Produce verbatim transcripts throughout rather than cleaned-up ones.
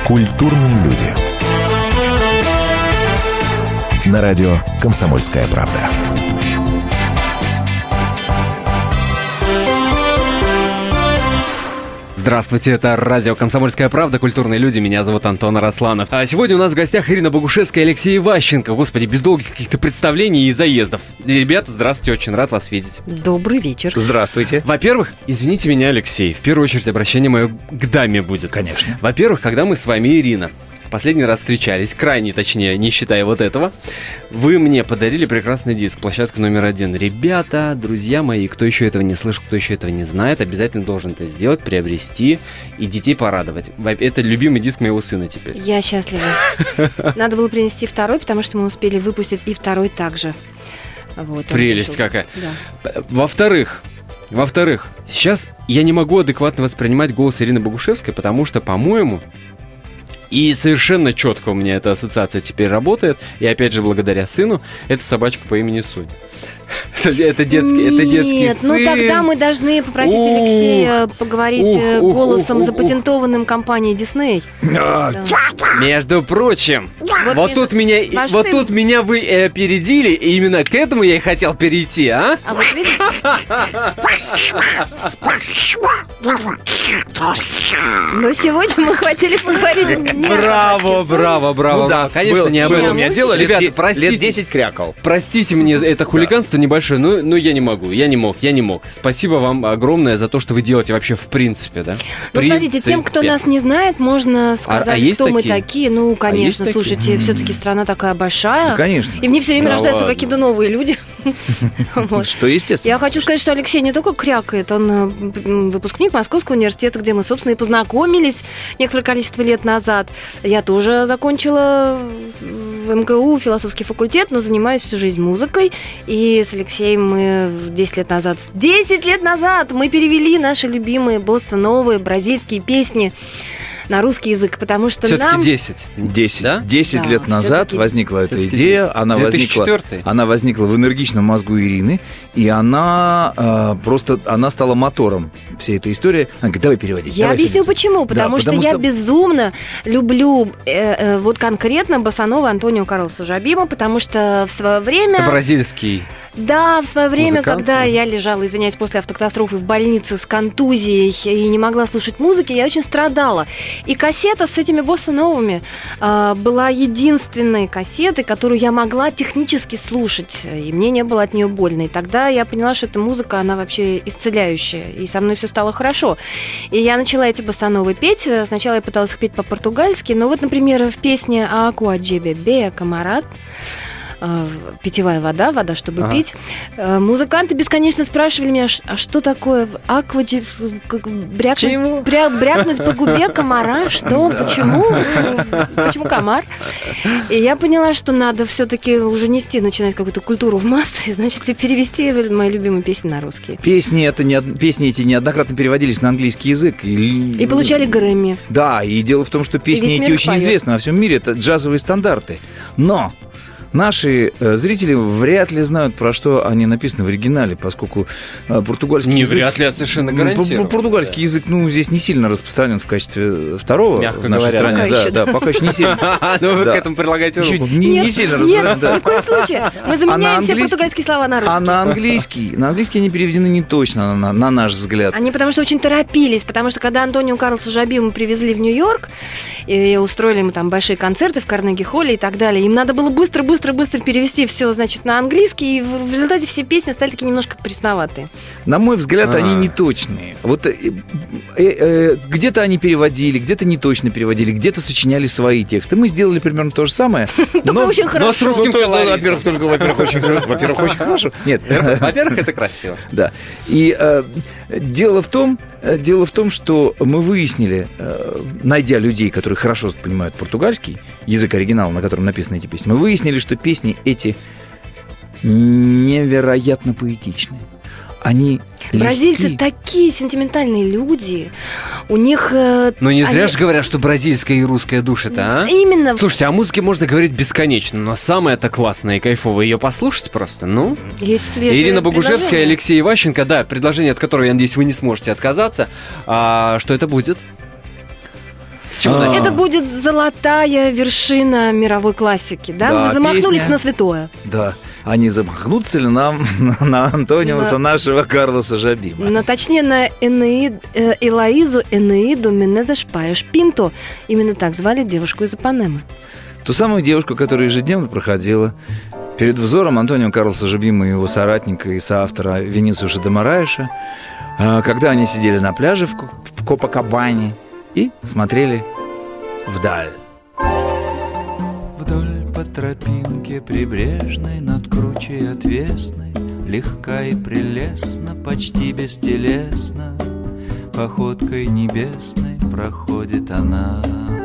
Культурные люди. На радио «Комсомольская правда». Здравствуйте, это радио «Комсомольская правда», культурные люди, меня зовут Антон Арасланов. А сегодня у нас в гостях Ирина Богушевская и Алексей Иващенко. Господи, без долгих каких-то представлений и заездов. Ребята, здравствуйте, очень рад вас видеть. Добрый вечер. Здравствуйте. Во-первых, извините меня, Алексей, в первую очередь обращение мое к даме будет. Конечно. Во-первых, когда мы с вами, Ирина, последний раз встречались, крайне точнее, не считая вот этого, вы мне подарили прекрасный диск, площадка номер один. Ребята, друзья мои, кто еще этого не слышал, кто еще этого не знает, обязательно должен это сделать, приобрести и детей порадовать. Это любимый диск моего сына теперь. Я счастлива. Надо было принести второй, потому что мы успели выпустить и второй также. Вот, прелесть пришел. какая. Да. Во-вторых, во-вторых, сейчас я не могу адекватно воспринимать голос Ирины Богушевской, потому что, по-моему, и совершенно четко у меня эта ассоциация теперь работает. И опять же, благодаря сыну, это собачка по имени Соня. Это детский, это детский Нет, сын. ну тогда мы должны попросить Ух, Алексея поговорить ух, ух, голосом, ух, ух, запатентованным компанией Дисней. А, Да. Между прочим, Вот вот, между- тут меня, ваш вот сын- тут меня вы э, опередили, и именно к этому я и хотел перейти, а? А вот видите? Но сегодня мы хотели поговорить не о Браво, собачке Соне. браво, браво. Ну да, конечно, был, не об было этом. у меня дело, лет, Ребята, де- простите. лет десять крякал. Простите мне это хулиганство небольшое, но, но я не могу, я не мог, я не мог. Спасибо вам огромное за то, что вы делаете вообще в принципе, да? В Ну, смотрите, принципе. тем, кто нас не знает, можно сказать, а есть кто мы такие? такие. Ну, конечно, есть слушайте, все-таки страна такая большая. Да, конечно. И мне все время Да рождаются ладно. какие-то новые люди. Вот. Что естественно. Я хочу сказать, что Алексей не только крякает, он э, м, выпускник Московского университета, где мы, собственно, и познакомились некоторое количество лет назад. Я тоже закончила в эм ка у философский факультет, но занимаюсь всю жизнь музыкой. И с Алексеем мы десять лет назад, десять лет назад мы перевели наши любимые босса-новые бразильские песни на русский язык, потому что Все-таки нам... десять. Десять, Да? десять Да, лет назад всё-таки- возникла эта всё-таки идея. десять. Она две тысячи возникла, четвёртый. она возникла в энергичном мозгу Ирины, и она э, просто она стала мотором всей этой истории. Она говорит, давай переводить. Я давай объясню садиться. почему. Потому, Да, что, потому я что- безумно люблю э, э, вот конкретно босанова Антонио Карлоса Жобима, потому что в свое время... Это бразильский. Да, в свое время, Музыкант, когда да. я лежала, извиняюсь, после автокатастрофы в больнице с контузией и не могла слушать музыки, я очень страдала. И кассета с этими босса-новыми э, была единственной кассетой, которую я могла технически слушать, и мне не было от нее больно. И тогда я поняла, что эта музыка, она вообще исцеляющая, и со мной все стало хорошо. И я начала эти босса-новые петь. Сначала я пыталась их петь по-португальски, но вот, например, в песне «Акуа джебе беа камарат», питьевая вода, вода, чтобы Ага. пить. Э, Музыканты бесконечно спрашивали меня, «Ш- а что такое акваджи, как брякнуть, Чему? бря- брякнуть по губе комара, что, почему, М, почему комар? И я поняла, что надо все-таки уже нести, начинать какую-то культуру в массы, значит, и перевести мои любимые песни на русский. Песни, это не, од- песни эти неоднократно переводились на английский язык. И, И получали Грэмми. Да, и дело в том, что песни весь эти мир очень поет. известны во всем мире, это джазовые стандарты. Но наши э, зрители вряд ли знают, про что они написаны в оригинале, поскольку э, португальский Не язык... вряд ли, а совершенно Ну, гарантированно. п- Португальский язык, ну, здесь не сильно распространен в качестве второго Мягко в нашей говоря. стране. Пока да, еще, да, пока еще не сильно. Ну вы Да. к этому прилагаете Еще руку. не, не Нет, сильно Нет, распространен, да. ни в коем случае. Мы заменяем все английский- португальские слова на русский. А на английский, на английский они переведены не точно, на, на наш взгляд. Они потому что очень торопились, потому что когда Антонио Карлоса Жобима привезли в Нью-Йорк и устроили ему там большие концерты в Карнеги-холле и так далее, им надо было быстро-быстро-быстро перевести все, значит, на английский, и в в результате все песни стали такие немножко пресноватые. На мой взгляд, А. они не точные. Вот э, э, э, где-то они переводили, где-то не точно переводили, где-то сочиняли свои тексты. Мы сделали примерно то же самое. Только но- очень хорошо. но с русским Ну, то- колоритом. Во-первых, только, во-первых, очень хорошо. Во-первых, очень хорошо. Нет, Во-первых, это красиво. да. И э, дело в том, э, дело в том, что мы выяснили, э, найдя людей, которые хорошо понимают португальский язык оригинала, на котором написаны эти песни, мы выяснили, что песни эти невероятно поэтичные. Они Бразильцы легки. такие сентиментальные люди. У них... э, Ну не зря они- же говорят, что бразильская и русская души-то, а? Именно. Слушайте, о музыке можно говорить бесконечно, но самое-то классное и кайфовое ее послушать просто, ну... Есть свежие Ирина Богушевская, предложения. Алексей Иващенко, да, предложение, от которого, я надеюсь, вы не сможете отказаться. А, что это будет? чего А. начать? Это будет золотая вершина мировой классики, да? Да, Мы замахнулись песня. на святое. Да. А не замахнуться ли нам на Антониуса, Да. нашего Карлоса Жабима? На, точнее, на Энеид, э, Элоизу Энеиду Менезеш Паеш Пинто. Именно так звали девушку из Ипанемы. Ту самую девушку, которая ежедневно проходила перед взором Антонио Карлоса Жабима и его соратника и соавтора Винисиуса де Мораеша, а, когда они сидели на пляже в Ко- в Копакабане и смотрели вдаль. Вдоль по тропинке прибрежной, над кручей отвесной, легка и прелестна, почти бестелесна, походкой небесной проходит она.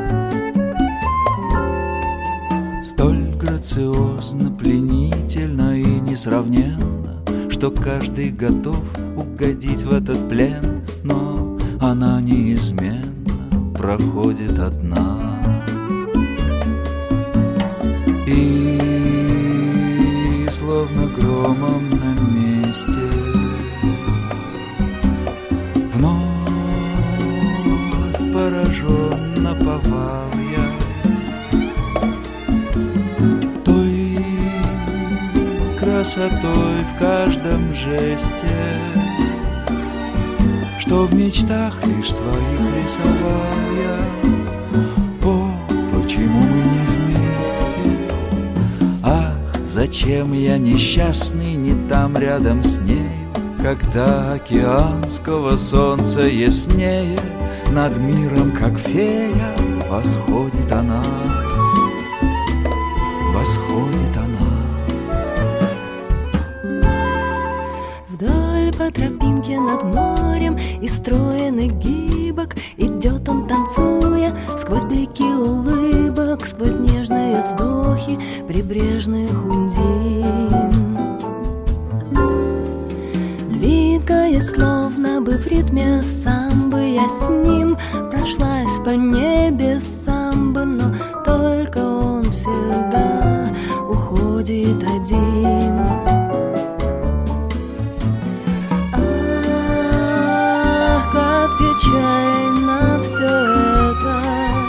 Столь грациозно, пленительно и несравненно, что каждый готов угодить в этот плен, но она неизменно проходит одна. И словно громом на месте вновь поражен наповал я той красотой в каждом жесте, что в мечтах лишь своих рисовал я. О, почему мы не вместе? Ах, зачем я несчастный не там рядом с ней, когда океанского солнца яснее над миром, как фея, восходит она, восходит она. Вдоль по тропинке над морем и стройный гибок идет он, танцуя сквозь блики улыбок, сквозь нежные вздохи прибрежных ундин. Двигаясь, словно бы в ритме самбы, я с ним прошлась по небесам бы, но только он всегда уходит один. Ах, как печально все это.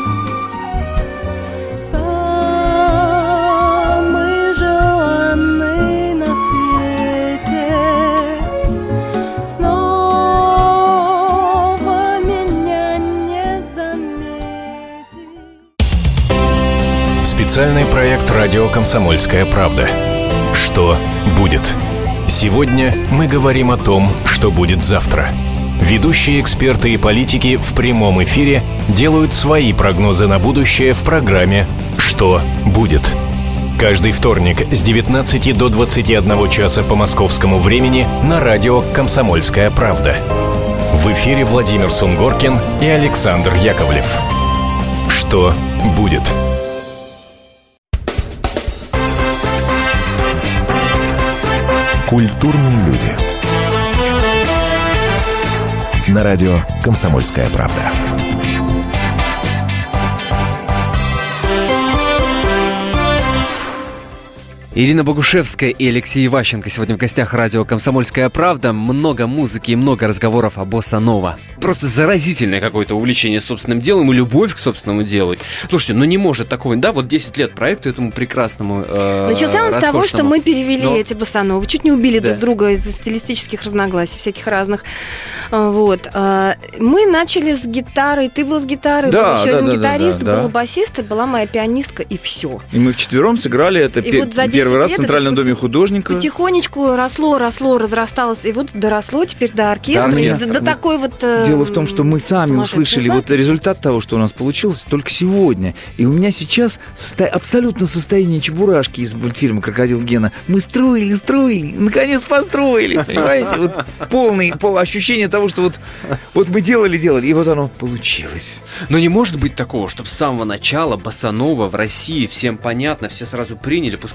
Самый желанный на свете снова меня не заметит. Специальный проект «Радио Комсомольская правда». Что будет? Сегодня мы говорим о том, что будет завтра. Ведущие эксперты и политики в прямом эфире делают свои прогнозы на будущее в программе «Что будет?». Каждый вторник с девятнадцати до двадцати одного часа по московскому времени на радио «Комсомольская правда». В эфире Владимир Сунгоркин и Александр Яковлев. Что будет? Культурные люди. На радио «Комсомольская правда». Ирина Богушевская и Алексей Иващенко сегодня в гостях радио «Комсомольская правда». Много музыки и много разговоров о босса-нова. Просто заразительное какое-то увлечение собственным делом и любовь к собственному делу. Слушайте, ну не может такого... Да, вот десять лет проекту этому прекрасному, э, Начался он с того, что роскошному. мы перевели Но- эти боссановы. Чуть не убили Да. друг друга из-за стилистических разногласий, всяких разных. А, Вот. А, Мы начали с гитары. Ты был с гитарой, Да, был еще да, один да, да, гитарист, да, да. был басист, и была моя пианистка, и все. И мы вчетвером сыграли это И пе- вот за десять первый раз в лет Центральном это доме художника. Потихонечку росло, росло, разрасталось, и вот доросло теперь до оркестра, До и оркестра. до, до такой вот... э, Дело в том, что мы сами сумасшедшей услышали вот записи. результат того, что у нас получилось только сегодня. И у меня сейчас состо- абсолютно состояние Чебурашки из мультфильма «Крокодил Гена». Мы строили, строили, наконец построили, понимаете? Вот полный, пол ощущение того, что вот, вот мы делали, делали, и вот оно получилось. Но не может быть такого, чтобы с самого начала босса-нова в России всем понятно, все сразу приняли, пускай на русском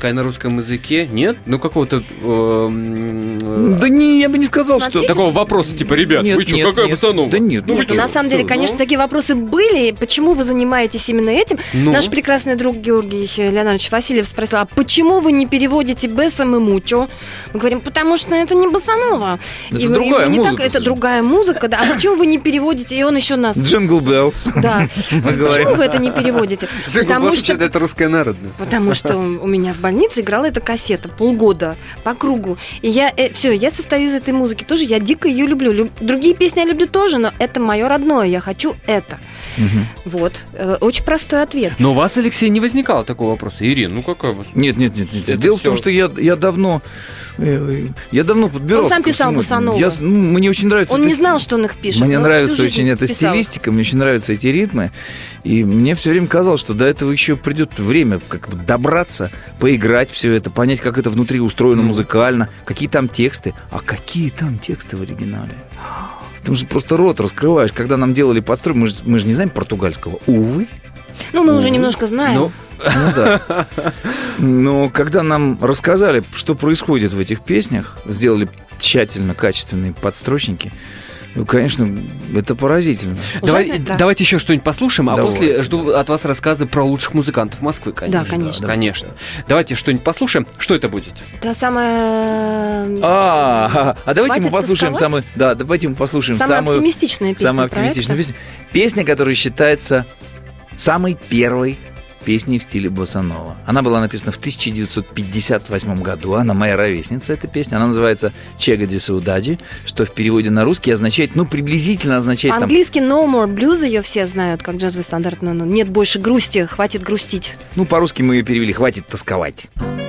русском языке нет? Ну, какого-то... Э, да не, я бы не сказал, что... Такого вопроса, типа, ребят, Нет, вы что, нет, какая нет. босанова? Да нет, ну Нет, вы ну, чё? на самом деле, Что, конечно, ну? такие вопросы были. Почему вы занимаетесь именно этим? Ну? Наш прекрасный друг Георгий Леонардович Васильев спросил, а почему вы не переводите Бессом и Мучо? Мы говорим, потому что это не босанова. Это И мы- и мы другая не музыка, так- это слушай. другая музыка, да. А почему вы не переводите? И он еще нас... Джингл Беллс. Да. Мы Почему говорим. вы это не переводите? Потому что... это русская народная. Потому что у меня в больнице играла эта кассета полгода по кругу. И я, э, все, я состою из этой музыки тоже, я дико ее люблю. Люб- Другие песни я люблю тоже, но это мое родное, я хочу это. Мгм. Вот, Э, очень простой ответ. Но у вас, Алексей, не возникало такого вопроса. Ирина, ну какая у вас? Нет, нет, нет, нет. Это Дело в всё. том, что я, я давно, э, я давно подбирался. Он сам ко писал всему. босанову. Я, ну, мне очень нравится. Он эта не с- знал, что он их пишет. Мне но нравится всю жизнь очень эта писал. стилистика, мне очень нравятся эти ритмы. И мне все время казалось, что до этого еще придет время как бы добраться, поиграть все это, понять, как это внутри устроено музыкально, какие там тексты. А какие там тексты в оригинале? Там же просто рот раскрываешь. Когда нам делали подстрой, мы же, мы же не знаем португальского. Увы. Ну, мы уже немножко знаем. Ну, Ну да. Но когда нам рассказали, что происходит в этих песнях, сделали тщательно качественные подстрочники, ну, конечно, это поразительно. давай- Ужасно, да. давайте еще что-нибудь послушаем, а Давайте, после жду от вас рассказы про лучших музыкантов Москвы, конечно. Да, конечно. Конечно. Давайте что-нибудь послушаем. Что это будет? Та самая... А, а давайте мы Хватит послушаем тосковать? самую, да, давайте мы послушаем Самая самую, оптимистичная песня самую оптимистичную проекта. песню. Песня, которая считается самой первой песней в стиле босса-нова. Она была написана в тысяча девятьсот пятьдесят восьмом году. Она моя ровесница, эта песня. Она называется «Чега де Саудади», что в переводе на русский означает, ну, приблизительно означает там... По-английски No More Blues ее все знают, как джазовый стандарт. Но нет больше грусти, хватит грустить. Ну, по-русски мы ее перевели «Хватит тосковать».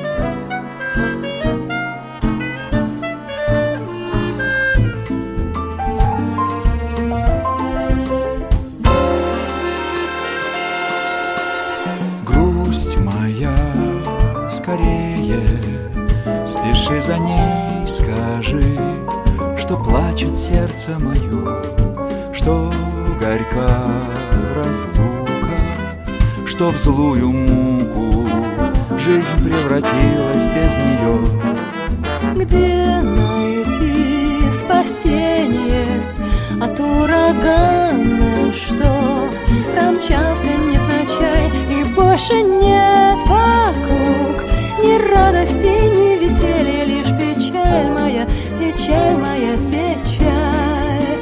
Грусть моя, скорее, спеши за ней, скажи, что плачет сердце мое, что горька разлука, что в злую муку жизнь превратилась без нее. Где найти спасение от урагана, что промчался невзначай, и больше нет вокруг ни радости, ни веселья, лишь печаль моя, печаль моя, печаль.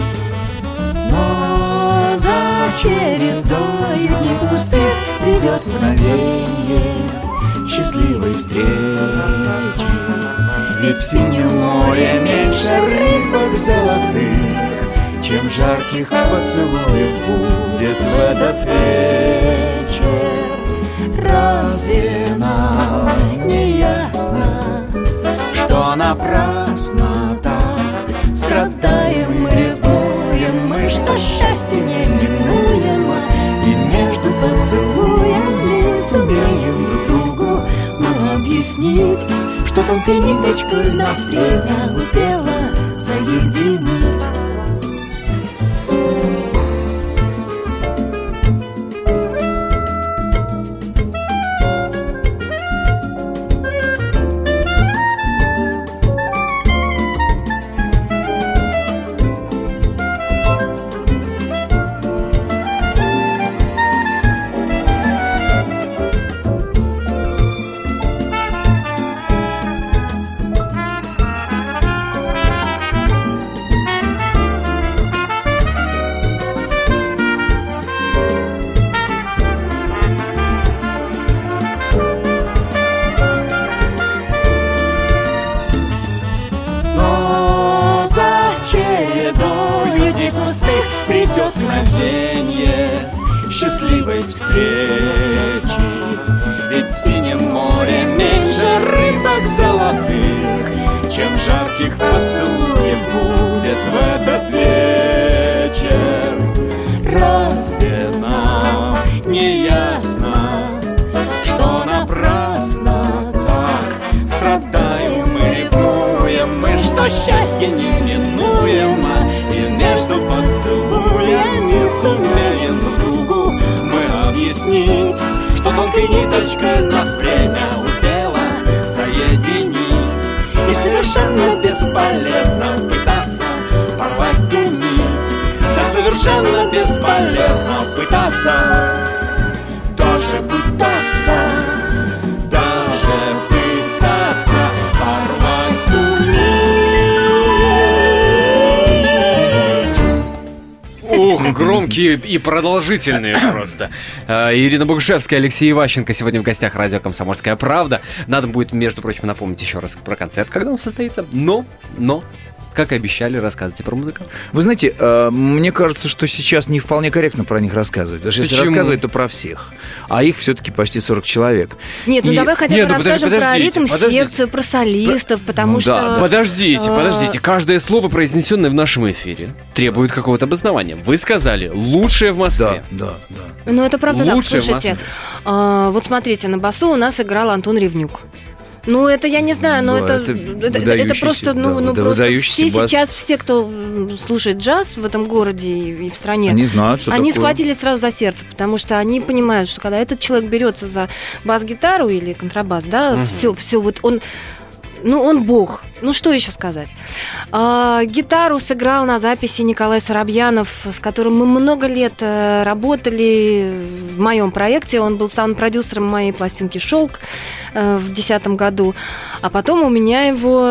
Но за чередою дней пустых придет мгновенье Счастливой встречи, ведь в синем море меньше рыбок золотых, чем жарких поцелуев будет в этот вечер. Разве нам не ясно, что напрасно так страдаем мы, ревнуем мы, что счастье неминуемо, и между поцелуями сумеем друг другу мы объяснить, что тонкой ниточкой нас время успело соединить. Но за чередою дней пустых придет мгновенье счастливой встречи, ведь в синем море меньше рыбок золотых, чем жарких поцелуев будет в этот вечер. Разве нам не ясно, что напрасно так страдаем мы, ревнуем мы, что счастье неминуемо, и между поцелуями сумеем друг другу мы объяснить, что тонкой ниточкой нас время успело совершенно бесполезно пытаться порвать ту нить. Да совершенно бесполезно пытаться, даже пытаться, даже пытаться порвать ту нить. Ух, громкие и продолжительные просто. Э, Ирина Богушевская, Алексей Иващенко сегодня в гостях радио «Комсомольская правда». Надо будет, между прочим, напомнить еще раз про концерт, когда он состоится. Но, но, как и обещали, рассказывайте про музыкантов. Вы знаете, э, мне кажется, что сейчас не вполне корректно про них рассказывать. Потому что если Почему? рассказывать, то про всех. А их все-таки почти сорок человек. Нет, ну И- давай хотя Нет, бы ну подожди, расскажем про подождите, ритм, подождите. секцию, про солистов, потому Ну что... да, да. Подождите, э, подождите. Каждое слово, произнесенное в нашем эфире, требует какого-то обоснования. Вы сказали «лучшее в Москве». Да, да, да. Ну, это правда так. Лучшее в Слушайте, Москве. а, вот смотрите, на басу у нас играл Антон Ревнюк. Ну, это я не знаю, но Да, это, это это, это выдающийся, просто, ну, да, ну выда- просто выдающийся все бас. сейчас, все, кто м, слушает джаз в этом городе и, и в стране, Они знают, что они такое. схватились сразу за сердце, потому что они понимают, что когда этот человек берется за бас-гитару или контрабас, да, Мгм. все, все, вот он, ну, он бог. Ну, что еще сказать? А, гитару сыграл на записи Николай Соробьянов, с которым мы много лет э, работали в моем проекте. Он был саунд-продюсером моей пластинки «Шелк» э, в две тысячи десятом году. А потом у меня его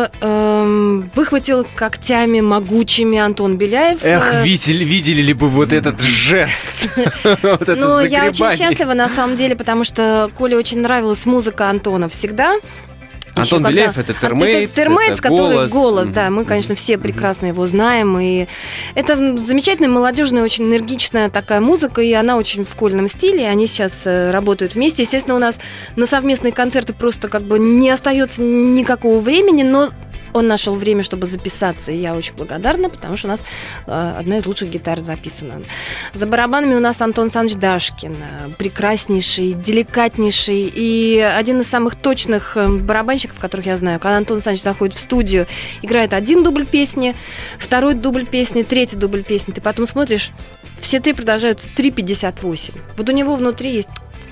эм, выхватил когтями могучими Антон Беляев. Эх, Э, видели, видели ли бы вот этот жест? Вот это Ну, я очень загребание. счастлива, на самом деле, потому что Коле очень нравилась музыка Антона всегда. Антон Ещё когда- Беляев — это Термейтс, Это Термейтс, это который голос. голос, да, Мгм. мы, конечно, все прекрасно его знаем. И это замечательная, молодежная, очень энергичная такая музыка, и она очень в кольном стиле. Они сейчас э, работают вместе. Естественно, у нас на совместные концерты просто как бы не остается никакого времени, но он нашел время, чтобы записаться, и я очень благодарна, потому что у нас э, одна из лучших гитар записана. За барабанами у нас Антон Саныч Дашкин, э, прекраснейший, деликатнейший и один из самых точных э, барабанщиков, которых я знаю. Когда Антон Саныч заходит в студию, играет один дубль песни, второй дубль песни, третий дубль песни, ты потом смотришь, все три продолжаются три пятьдесят восемь. Вот у него внутри есть...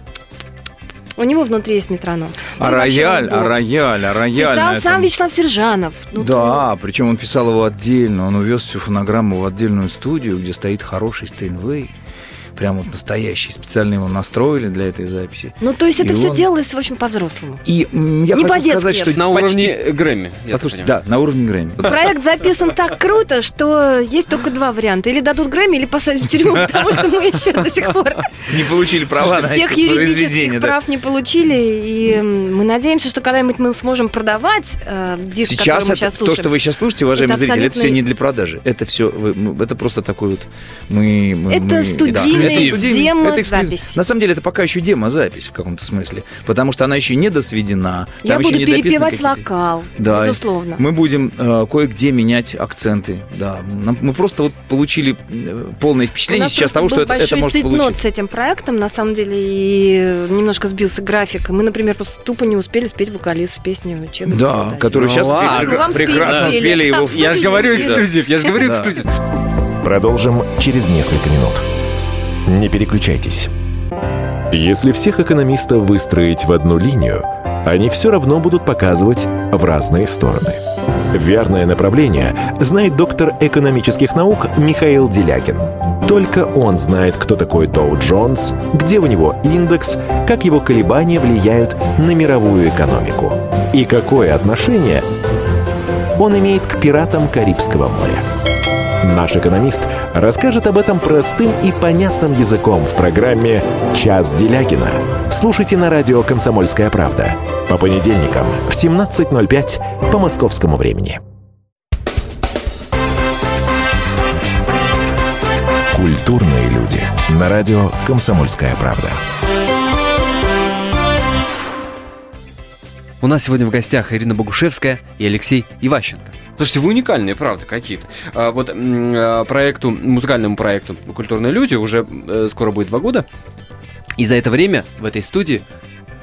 У него внутри есть метроном. А Он вообще рояль, бог. а рояль, а рояль. Писал на сам этом- Вячеслав Сержанов. Ну, Да, причем он писал его отдельно. Он увез всю фонограмму в отдельную студию, где стоит хороший Стейнвей. Прям вот настоящий. Специально его настроили для этой записи. Ну, то есть это И все он- делалось, в общем, по-взрослому. И м, я Не хочу по-детски. сказать, что На почти- уровне Грэмми. я Послушайте, так понимаю. да, на уровне Грэмми. Проект записан так круто, что есть только два варианта. Или дадут Грэмми, или посадят в тюрьму, потому что мы еще до сих пор Не получили права на всех эти произведения. юридических да. прав не получили. И м, мы надеемся, что когда-нибудь мы сможем продавать э, диск, Сейчас который мы это, сейчас то, слушаем. что вы сейчас слушаете, уважаемые Это зрители, это все абсолютно- не для продажи. Это все, вы- мы- это просто такой вот мы. мы- Это мы- студийная Это студийная- демо-запись. это эксклюзив. На самом деле это пока еще демозапись в каком-то смысле, потому что она еще не досведена. Я там еще буду не дописаны перепевать какие-то- вокал, Да, безусловно. Мы будем э, кое-где менять акценты. Да, Нам- мы просто вот получили э, полное У впечатление нас сейчас просто того, что был это, это большой может цейтнот получить. с этим проектом, на самом деле, и немножко сбился график. Мы, например, просто тупо не успели спеть вокалист в песню «Чек». Да, который Ну сейчас ладно. Мы вам спели, прекрасно спели. спели его. Там в- студию Я же говорю спели. эксклюзив, я же говорю Да. эксклюзив. Продолжим через несколько минут. Не переключайтесь. Если всех экономистов выстроить в одну линию, они все равно будут показывать в разные стороны. Верное направление знает доктор экономических наук Михаил Делягин. Только он знает, кто такой Доу Джонс, где у него индекс, как его колебания влияют на мировую экономику и какое отношение он имеет к пиратам Карибского моря. Наш экономист расскажет об этом простым и понятным языком в программе «Час Делягина». Слушайте на радио «Комсомольская правда» по понедельникам в семнадцать ноль пять по московскому времени. Культурные люди. На радио «Комсомольская правда». У нас сегодня в гостях Ирина Богушевская и Алексей Иващенко. Слушайте, вы уникальные, правда, какие-то. А, вот м, а, проекту, музыкальному проекту «Культурные люди» уже э, скоро будет два года. И за это время в этой студии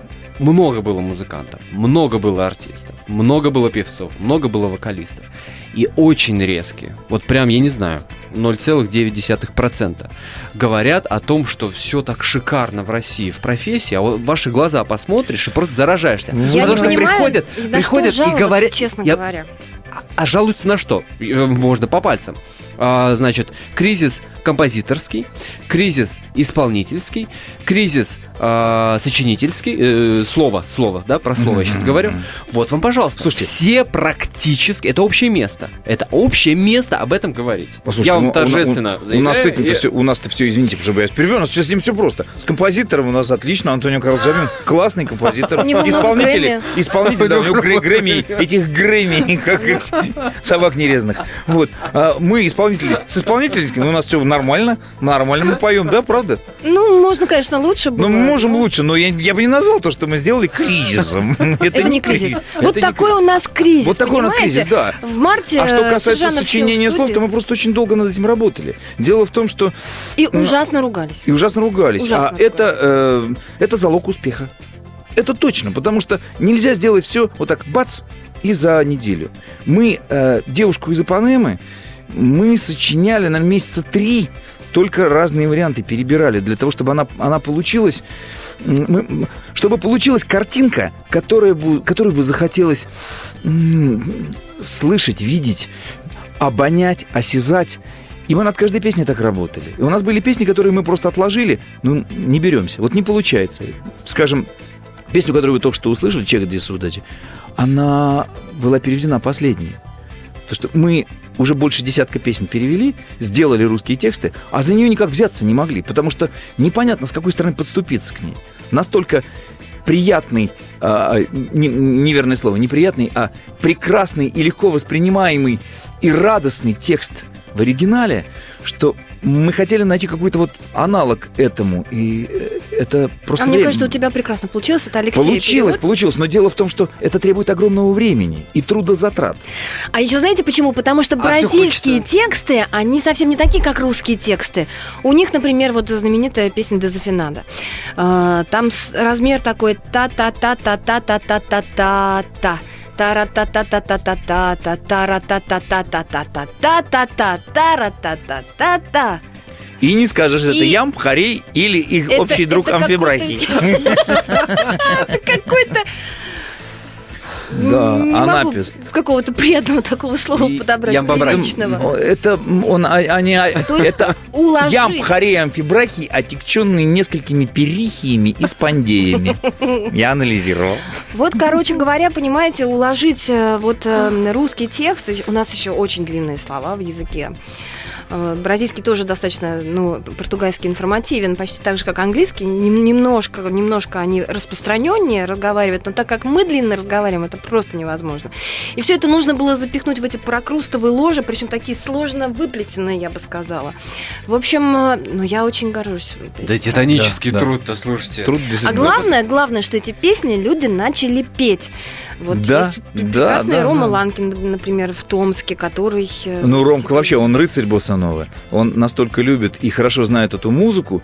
много было музыкантов, много было артистов, много было певцов, много было вокалистов. и очень редкие, вот прям, я не знаю, ноль целых девять десятых процента, говорят о том, что все так шикарно в России в профессии, а вот в ваши глаза посмотришь и просто заражаешься. Я Потому не что понимаю, приходят, и на приходят что и жаловаться, говорят, честно я- говоря. а, а жалуются на что? Э, Можно по пальцам. А, значит, кризис композиторский, кризис исполнительский, кризис а, сочинительский, э, слово, слово, да, про слово я сейчас говорю. Вот вам, пожалуйста. Слушайте. Все практически, это общее место, это общее место об этом говорить. Послушайте, я вам ну, у- торжественно У, у нас с заявляю, этим-то и- все, у нас-то все, извините, чтобы я вас перебил, у нас сейчас с ним все просто. С композитором у нас отлично, Антонио Карлос Жобин классный композитор. У него много Исполнители, Грэмми. исполнитель, да, у него Грэ- Грэмми, этих Грэмми, как их, собак нерезанных. Вот. А мы исполнители, с исполнительским у нас все нормально, нормально мы поем, да, правда? Ну, можно, конечно, лучше было. Ну, мы можем но лучше, но я, я бы не назвал то, что мы сделали, кризисом. Это не кризис. Это Вот не такой кризис. у нас кризис, Вот такой у нас понимаете? кризис, да. В марте А что э, касается Сержанов сел в сочинения слов, студию то мы просто очень долго над этим работали. Дело в том, что и ужасно ругались. и ужасно ругались. Ужасно а ругались. это, э, это залог успеха. Это точно, потому что нельзя сделать все вот так бац и за неделю. Мы э, девушку из Ипанемы мы сочиняли на месяца три, только разные варианты перебирали для того, чтобы она, она получилась, м, мы- чтобы получилась картинка, которая бы, которую бы захотелось м, слышать, видеть, обонять, осязать. И мы над каждой песней так работали. И у нас были песни, которые мы просто отложили, ну, не беремся. Вот не получается. Скажем, песню, которую вы только что услышали, «Чек для судачи», она была переведена последней. Потому что мы уже больше десятка песен перевели, сделали русские тексты, а за нее никак взяться не могли, потому что непонятно, с какой стороны подступиться к ней. Настолько приятный, а, не- неверное слово, неприятный, а прекрасный и легко воспринимаемый и радостный текст в оригинале, что мы хотели найти какой-то вот аналог этому, и э, это просто А мне время. кажется, у тебя прекрасно получилось. Это Алексей. Получилось, перевод. получилось, но дело в том, что это требует огромного времени и трудозатрат. А еще знаете почему? Потому что А всё бразильские хочется- тексты, они совсем не такие, как русские тексты. У них, например, вот знаменитая песня «Дезафинада». А, Там с- размер такой та-та-та-та-та-та-та-та-та-та. Тара-та-та-та-та-та-та-та, тара-та-та-та-та-та-та-та-та-та-та-та. И не скажешь, это И- Ямб, Харей или их Это- общий друг это Амфибрахий. Это какой-то... Да, не могу анапист. какого-то приятного такого слова И подобрать. ямбобрахий. приличного. Это он, а- они, а- То есть это уложить. Ямб, Харей, Амфибрахий, отягченный несколькими перихиями и спондеями. Я анализировал. Вот, короче говоря, понимаете, уложить э, вот э, русский текст, у нас еще очень длинные слова в языке. Э, Бразильский тоже достаточно, ну, португальский информативен, почти так же, как английский. Нем- Немножко, немножко они распространеннее разговаривают, но так как мы длинно разговариваем, это просто невозможно. И все это нужно было запихнуть в эти прокрустовые ложи, причем такие сложно выплетенные, я бы сказала. В общем, э, ну, я очень горжусь. Да титанический Да, да. труд-то, слушайте. Труд А действительно. главное, главное, что эти песни люди начали петь. Вот Да, есть да, прекрасный да, Рома да. Ланкин, например, в Томске, который... э, Ну, Ромка типа, вообще, он рыцарь босса-новы. Он настолько любит и хорошо знает эту музыку,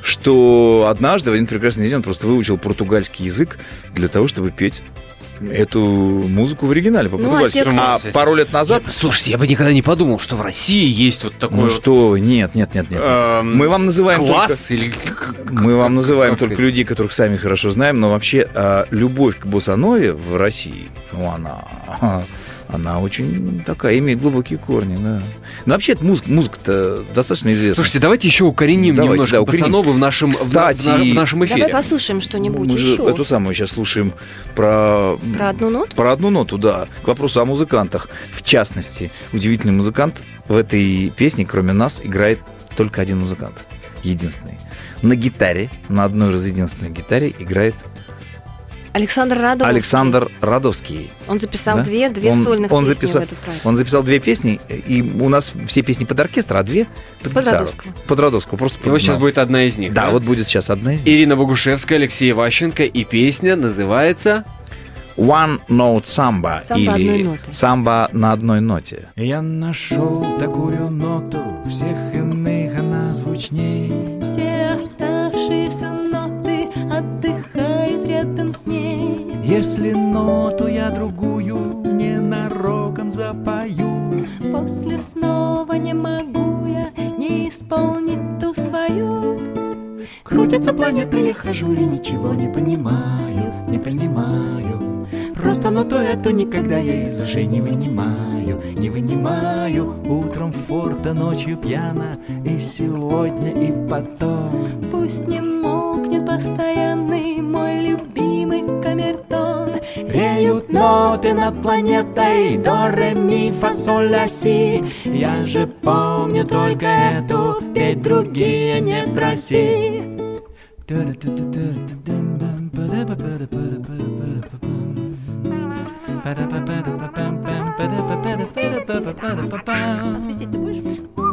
что однажды, в один прекрасный день, он просто выучил португальский язык для того, чтобы петь эту музыку в оригинале по-португальски. Ну, а те, а кто- пару лет назад... Я- слушайте, я бы никогда не подумал, что в России есть вот такой Ну вот, что вы, нет, нет, нет, нет. эм, Мы вам называем класс только... или как- Мы вам называем как только сказать? людей, которых сами хорошо знаем, но вообще а, любовь к боссанове в России, ну, она, она очень такая, имеет глубокие корни, да. Но вообще эта музыка, музыка-то достаточно известна. Слушайте, давайте еще укореним Давайте, немножко да, укореним. босанову в нашем, в- Кстати, в, на- в нашем эфире. Давай послушаем что-нибудь Мы же еще. эту самую сейчас слушаем про... Про одну ноту? Про одну ноту, да. К вопросу о музыкантах. В частности, удивительный музыкант в этой песне, кроме нас, играет только один музыкант. Единственный. На гитаре, на одной из единственной гитаре играет Александр Радовский. Александр Радовский. Он записал Да? две, две Он- сольных он песни записал- в этот проект. Он записал две песни, и у нас все песни под оркестр, а две под, Под гитару. Радовского. Под Радовского. Просто И вот под- сейчас будет одна из них. Да, вот будет сейчас одна из них. Ирина Богушевская, Алексей Ващенко, и песня называется... One Note Samba. Самба одной или ноты. самбо на одной ноте. Я нашел такую ноту, всех иных она звучней. Все оставшиеся ноты отдыхают рядом с ней. Если ноту я другую ненароком запою, Крутится планета, я хожу и ничего не понимаю, не понимаю. Просто на то это никогда я из ушей не вынимаю, не вынимаю. Утром форта, ночью пьяна, и сегодня, и потом. Пусть не молкнет постоянный мой любимый камертон. Реют ноты над планетой, до, ре, ми, фа, соль, ля, си. Я же помню только эту, петь другие не проси. Освистеть ты будешь?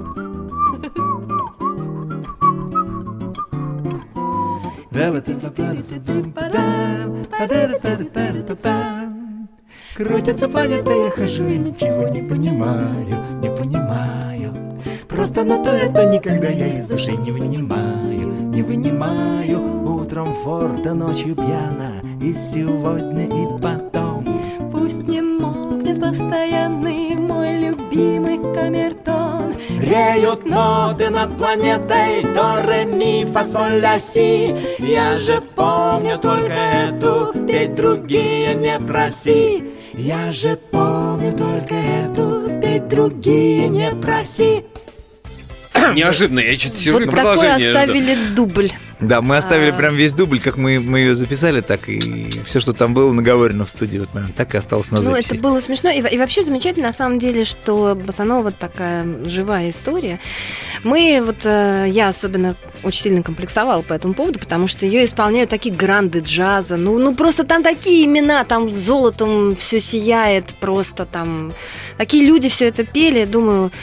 Крутится планета, я хожу и ничего не понимаю, не понимаю. Просто на то это никогда я из ушей не вынимаю, не вынимаю. Утром форта, ночью пьяна, и сегодня, и потом. Пусть не молкнет постоянный мой любимый камертон. Реют ноты над планетой, до, ре, ми, фа, соль, ля, си. Я же помню только эту, петь другие не проси. Я же помню только эту, петь другие не проси. Неожиданно, я что-то сижу Вот и такой продолжение жду. оставили дубль. Да, мы оставили А. прям весь дубль, как мы, мы ее записали, так и все, что там было наговорено в студии в этот момент, так и осталось на Ну, записи. это было смешно. И, и вообще замечательно, на самом деле, что Босанова такая живая история. Мы, вот э, я особенно очень сильно комплексовала по этому поводу, потому что ее исполняют такие гранды джаза. Ну, ну просто там такие имена, там золотом все сияет, просто там такие люди все это пели. Думаю,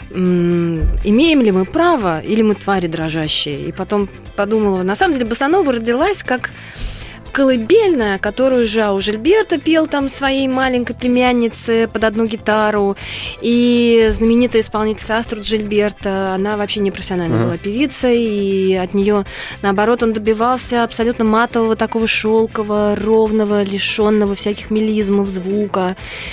м- имеем ли мы право, или мы твари дрожащие? И потом подумала, на самом деле Босанова родилась как колыбельная, которую Жау Жильберто пел там своей маленькой племяннице под одну гитару. И знаменитая исполнительница Аструд Жильберто, она вообще не профессиональная Ага. была певица, и от нее, наоборот, он добивался абсолютно матового, такого шелкового, ровного, лишенного всяких мелизмов звука.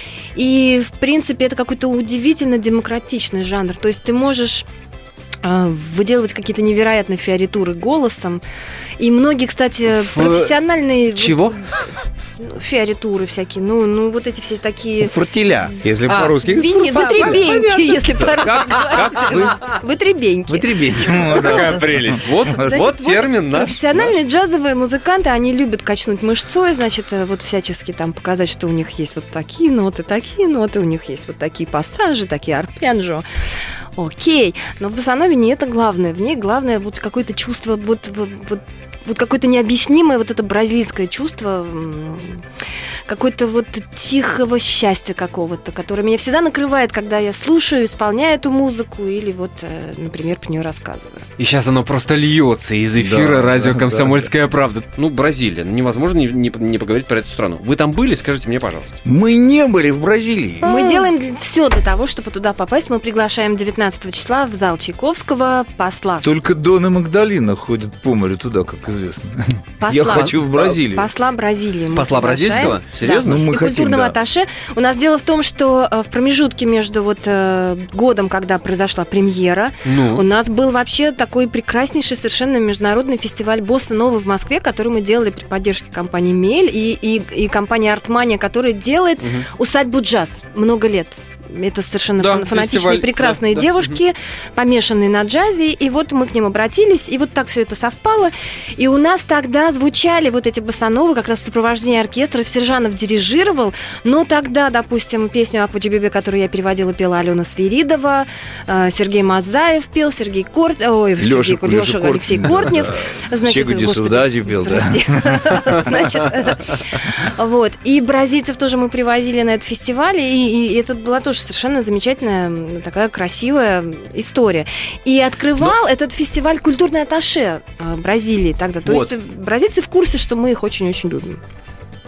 И, в принципе, это какой-то удивительно демократичный жанр. То есть ты можешь а, выделывать какие-то невероятные фиоритуры голосом. И многие, кстати, Ф- профессиональные... Чего? вот, фиоритуры всякие. Ну, ну, вот эти все такие... Фортеля, если А, по-русски. Вини- Вытребеньки, Понятно. если по-русски говорить. Вытребеньки. Вытребеньки. Ну, да. Какая прелесть. Вот, Значит, вот термин наш. Профессиональные джазовые музыканты, они любят качнуть мышцой, значит, э, вот всячески там показать, что у них есть вот такие ноты, такие ноты, у них есть вот такие пассажи, такие арпенджио. Окей, но в босанове не это главное. В ней главное вот какое-то чувство, вот, вот, вот, вот какое-то необъяснимое вот это бразильское чувство, м, какое-то вот тихого счастья какого-то, которое меня всегда накрывает, когда я слушаю, исполняю эту музыку или вот, э, например, про нее рассказываю. И сейчас оно просто льется из эфира Да, радио да, «Комсомольская правда». Ну, Бразилия. Ну, невозможно не, не- не поговорить про эту страну. Вы там были? Скажите мне, пожалуйста. Мы не были в Бразилии. Мы делаем все для того, чтобы туда попасть. Мы приглашаем девятнадцатого числа в зал Чайковского посла. Только Дон и Магдалина ходят по морю туда, как известно. Посла. Я хочу в Бразилию. Посла Бразилии. мы Посла приглашаем. бразильского? Серьезно? Да. Ну, мы И хотим, культурного да. атташе. У нас дело в том, что э, в промежутке между вот э, годом, когда произошла премьера, Ну, у нас был вообще такой прекраснейший совершенно международный фестиваль босса новый в Москве, который мы делали при поддержке компании Мель и, и, и компании Артмания, которая делает Мгм. усадьбу джаз много лет. Это совершенно Да, фан- фанатичные, фестиваль, прекрасные да, да. девушки, помешанные на джазе. И вот мы к ним обратились, и вот так все это совпало. И у нас тогда звучали вот эти босановы, как раз в сопровождении оркестра. Сержанов дирижировал. Но тогда, допустим, песню «Аква Джибебе», которую я переводила, пела Алена Свиридова, э, Сергей Мазаев пел, Сергей Корт... Ой, Лёша- Сергей, Лёша Лёша Кортнев, Алексей да, Кортнев. да. Значит, Чего де господи, Саудади пел, да. прости. Значит, э, вот. И бразильцев тоже мы привозили на этот фестиваль, и, и это была тоже совершенно замечательная, м, такая красивая история. И открывал этот фестиваль культурный атташе э, Бразилии тогда. То Вот. есть бразильцы в курсе, что мы их очень-очень любим.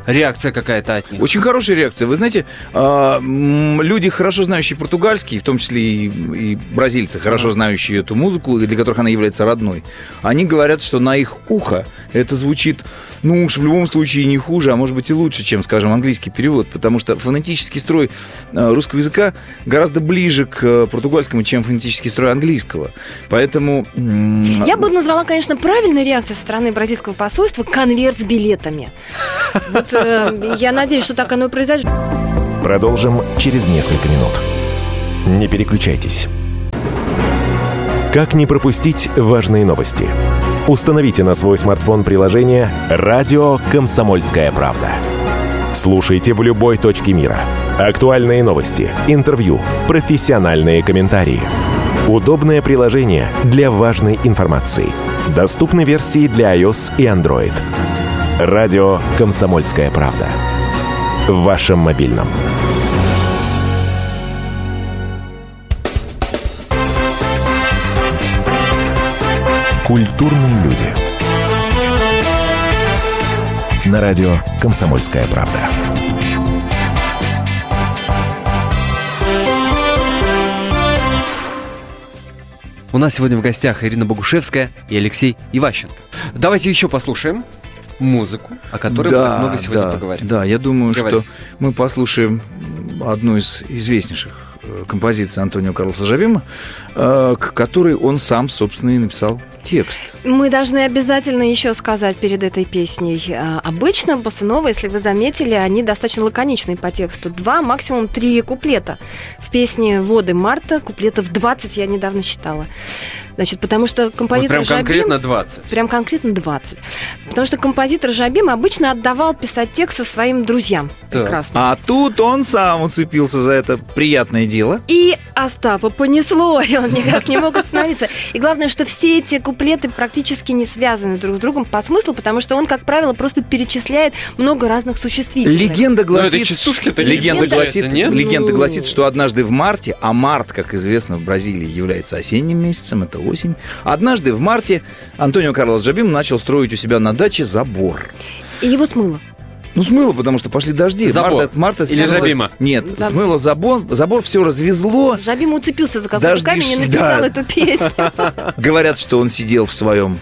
реакция какая-то от них. Очень хорошая реакция. Вы знаете, люди, хорошо знающие португальский, в том числе и, и бразильцы, хорошо знающие эту музыку, для которых она является родной, они говорят, что на их ухо это звучит, ну уж в любом случае не хуже, а может быть и лучше, чем, скажем, английский перевод, потому что фонетический строй русского языка гораздо ближе к португальскому, чем фонетический строй английского. Поэтому... Я бы назвала, конечно, правильной реакцией со стороны бразильского посольства конверт с билетами. Вот э, я надеюсь, что так оно и произойдет. Продолжим через несколько минут. Не переключайтесь. Как не пропустить важные новости? Установите на свой смартфон приложение «Радио Комсомольская правда». Слушайте в любой точке мира. Актуальные новости, интервью, профессиональные комментарии. Удобное приложение для важной информации. Доступны версии для iOS и Android. «Радио Комсомольская правда». В вашем мобильном. Культурные люди. На радио «Комсомольская правда». У нас сегодня в гостях Ирина Богушевская и Алексей Иващенко. Давайте еще послушаем музыку, о которой да, мы много сегодня да, поговорим. Да, я думаю, Говори. что мы послушаем одну из известнейших композиций Антонио Карлоса Жобима, к которой он сам, собственно, и написал текст. Мы должны обязательно еще сказать перед этой песней. Обычно боссанова, если вы заметили, они достаточно лаконичные по тексту. Два, максимум три куплета. В песне «Воды Марта» куплетов двадцать я недавно считала. Значит, потому что композитор вот прям Жобим... конкретно двадцать. Прям конкретно двадцать. Потому что композитор Жобим обычно отдавал писать тексты своим друзьям. Так. Прекрасно. А тут он сам уцепился за это приятное дело. И Остапа понесло, и он никак не мог остановиться. И главное, что все эти куплеты практически не связаны друг с другом по смыслу, потому что он, как правило, просто перечисляет много разных существительных. Легенда гласит, это частушки-то не легенда, получается, гласит, нет? легенда Ну. гласит, что однажды в марте, а март, как известно, в Бразилии является осенним месяцем, это осень. Однажды в марте Антонио Карлос Жобим начал строить у себя на даче забор. И его смыло. Ну, смыло, потому что пошли дожди. Забор. Марта, Марта Или смыло- Жобима? Нет, Забор. смыло забор, забор все развезло. Жобим уцепился за какой-то Дожди камень и шли, написал да. эту песню. Говорят, что он сидел в своем...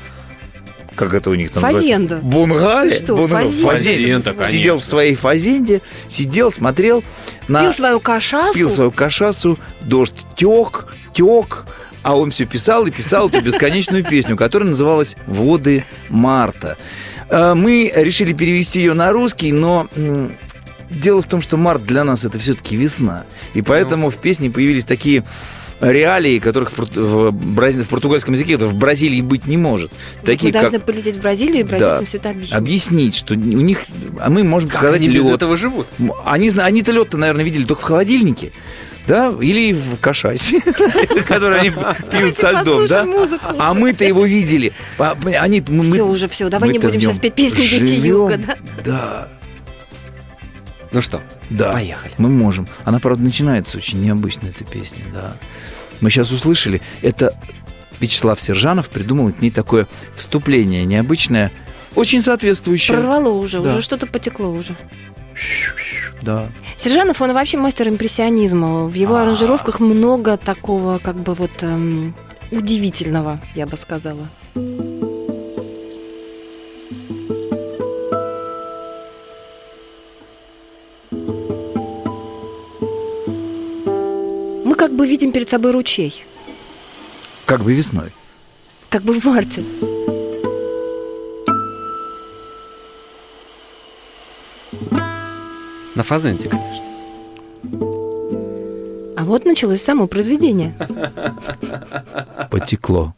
Как это у них там Фазенда. называется? Бунгале? Ты что, Бунгале. фазенда? Фазенда, конечно. Сидел в своей фазенде, сидел, смотрел на... Пил свою кашасу. пил свою кашасу, дождь тек, тек, а он все писал и писал эту бесконечную песню, которая называлась «Воды Марта». Э, Мы решили перевести ее на русский, но м, дело в том, что март для нас это все-таки весна. И поэтому в песне появились такие реалии, которых в, порту- в, брази- в португальском языке это в Бразилии быть не может. Вот Такие мы должны как полететь в Бразилию и бразильцам Да. все это объяснить. объяснить, что у них... А мы можем Как показать они без лед. этого живут? М, Они, зна- они-то лед-то, наверное, видели только в холодильнике. Да, или в кашасе, который они пьют со льдом, да? А мы-то его видели. А, Они, мы, Все мы- уже, все, давай не мы-то будем в нем сейчас петь песню «Дети живем. Юга», да? Да, Ну что, да. поехали. Мы можем. Она, правда, начинается очень необычно, эта песня, да. Мы сейчас услышали, это Вячеслав Сержанов придумал к ней такое вступление необычное, очень соответствующее. Прорвало уже, Да. уже что-то потекло уже. Да. Сержанов, он вообще мастер импрессионизма. В его аранжировках много такого, как бы вот эм, удивительного, я бы сказала. Мы как бы видим перед собой ручей, Как бы весной. как бы в марте. На фазенде, конечно. А вот началось само произведение. Потекло.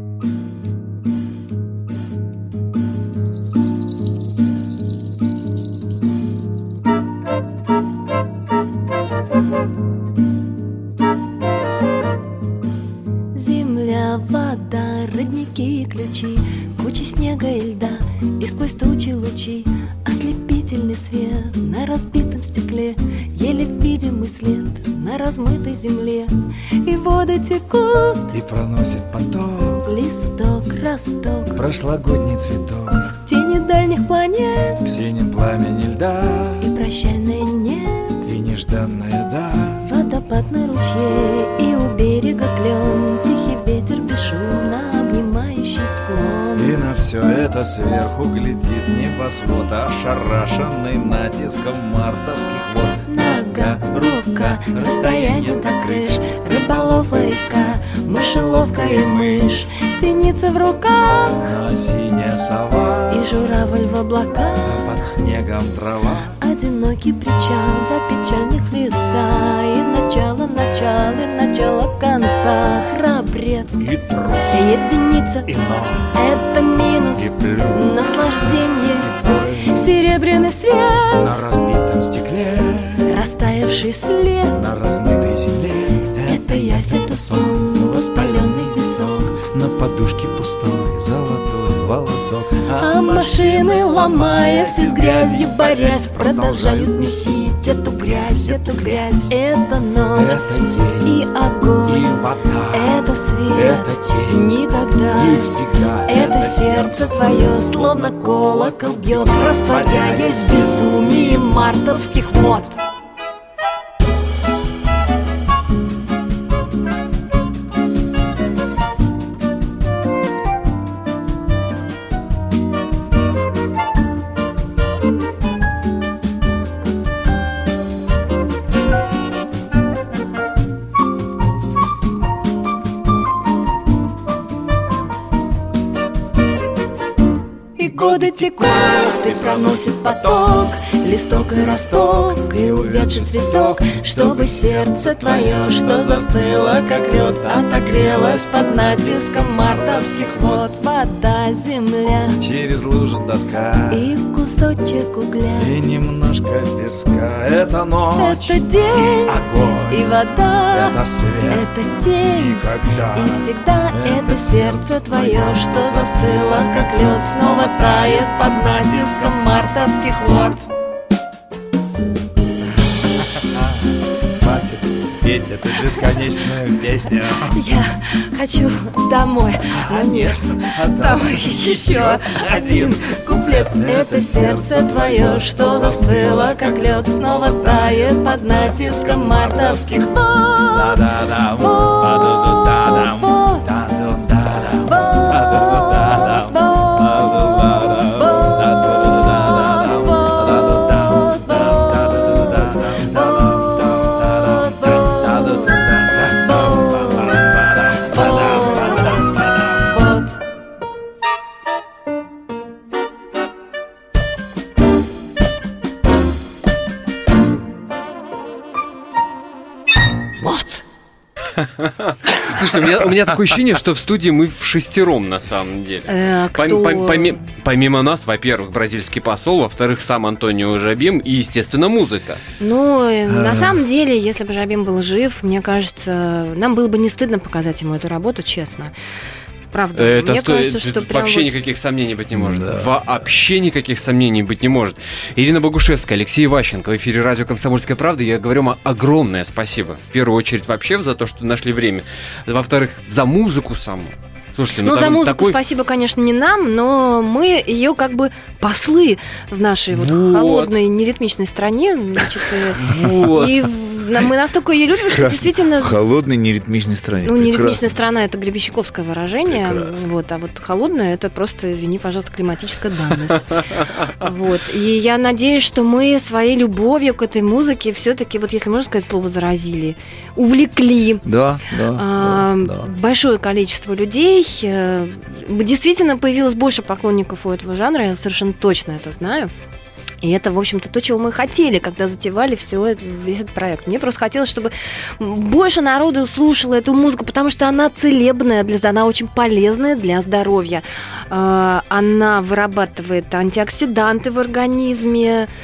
Земля, вода, родники и ключи, куча снега и льда, и сквозь тучи лучи ослепительный свет на разбитом стекле, еле видимый след на размытой земле. И воды текут, И проносит поток Листок, росток, прошлогодний цветок, тени дальних планет, в синем пламени льда, и прощальное нет, и нежданная да. водопад на ручье, и у берега клен, тихий ветер бесшумно обнимающий склон. И на все это сверху глядит небосвод, ошарашенный натиском мартовских вод. Нога, рука, расстояние до крыш, рыболов и река, мышеловка и мышь, синица в руках, А синяя сова, и журавль в облаках, а под снегом трава. одинокий причал, два печальных лица, и начало, начало, и начало конца. Храбрец, И трус, единица, и ноль, это минус, и плюс, наслаждение, и боль. серебряный свет, На разбитом стекле, растаявший след. на размытой земле. Это явь, это сон, воспаленный висок, На подушке пустой золотой волосок. а машины, ломаясь и с грязью борясь, продолжают месить эту грязь, эту грязь. Это ночь Это день и огонь, и вода. это свет, Это тень никогда. и всегда. Это сердце твое, словно колокол бьет, растворяясь в безумии мартовских вод. И годы текут, и проносит поток, листок и росток, и увядший цветок, чтобы сердце твое, что застыло, как лед, отогрелось под натиском мартовских вод. Вода, земля Через лужу доска и кусочек угля. и немножко песка. Это ночь Это день и огонь. и вода, Это свет это день никогда. и всегда. Это Это сердце твое, что застыло, как лед, снова тает под натиском мартовских вод. Хватит петь эту бесконечную песню. Я хочу домой, но нет, там еще один куплет. Это сердце твое, что застыло, как лед, снова тает под натиском мартовских вод. Да-да-да, Вот, да-да-да-да, вот, да-да-да-да, вот, да-да-да-да. вот. Вот. Слушай, у меня, у меня такое ощущение, что в студии мы в шестером на самом деле. Э, Пом- кто? пом- поми- помимо нас, во-первых, бразильский посол, во-вторых, сам Антонио Жабим и, естественно, музыка. Ну, э, на самом деле, если бы Жабим был жив, мне кажется, нам было бы не стыдно показать ему эту работу, честно. Правда, Это мне сто- кажется, это что прям вообще вот- никаких сомнений быть не может. Вообще никаких сомнений быть не может. Ирина Богушевская, Алексей Ващенко в эфире радио «Комсомольская правда». Я говорю вам огромное спасибо. В первую очередь вообще за то, что нашли время. Во-вторых, за музыку саму. Слушайте, ну, Ну, за там музыку такой... спасибо, конечно, не нам, но мы ее как бы послы в нашей вот, Вот. холодной, неритмичной стране. Значит, э, Вот. и в- на- мы настолько ее любим, что действительно... В холодной неритмичной стране. Ну, Прекрасно. неритмичная страна — это гребенщиковское выражение, Прекрасно. вот, а вот холодная — это просто, извини, пожалуйста, климатическая данность. Вот. И я надеюсь, что мы своей любовью к этой музыке все-таки, вот если можно сказать слово, заразили, увлекли Да, да, а, да, да. большое количество людей. Э, Действительно появилось больше поклонников у этого жанра, я совершенно точно это знаю. И это, в общем-то, то, чего мы хотели, когда затевали все это, весь этот проект. Мне просто хотелось, чтобы больше народу слушало эту музыку, потому что она целебная, для, она очень полезная для здоровья. Э, Она вырабатывает антиоксиданты в организме.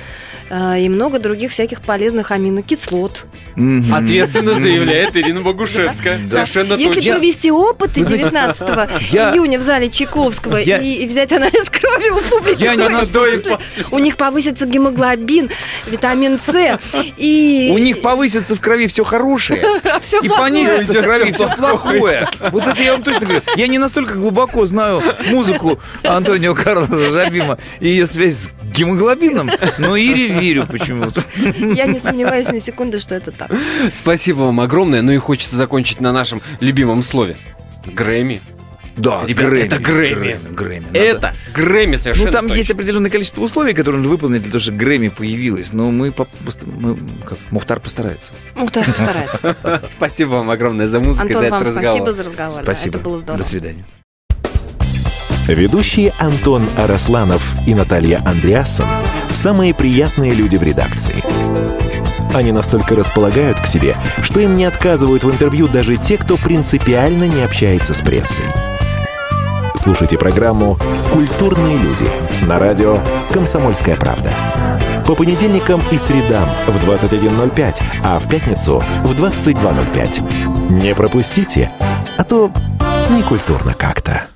э, и много других всяких полезных аминокислот. Мгм. Ответственно заявляет Ирина Богушевская. Совершенно Если точно. провести опыты девятнадцатого я- июня в зале Чайковского Я- и, и взять анализ крови у публики, Я не то на- до и после- у них повысится гемоглобин, витамин С, и... У них повысится в крови все хорошее, все и понизится в крови все плохое. Вот это я вам точно говорю. Я не настолько глубоко знаю музыку Антонио Карлоса Жобима и ее связь с гемоглобином, но Ире верю почему-то. Я не сомневаюсь ни секунды, что это так. Спасибо вам огромное. Ну и хочется закончить на нашем любимом слове. Грэмми. Да, Ребята, Грэмми, это Грэмми. Грэмми, надо. Это Грэмми совершенно Ну, там точно. есть определенное количество условий, которые нужно выполнить для того, чтобы Грэмми появилась. Но мы, по- пост- мы как, Мухтар постарается. Мухтар постарается. Спасибо вам огромное за музыку и за Антон, этот вам разговор. спасибо за разговор. Да, Спасибо. это было здорово. До свидания. Ведущие Антон Арасланов и Наталья Андреасон – самые приятные люди в редакции. Они настолько располагают к себе, что им не отказывают в интервью даже те, кто принципиально не общается с прессой. Слушайте программу «Культурные люди» на радио «Комсомольская правда». По понедельникам и средам в двадцать один ноль пять, а в пятницу в двадцать два ноль пять. Не пропустите, а то некультурно как-то.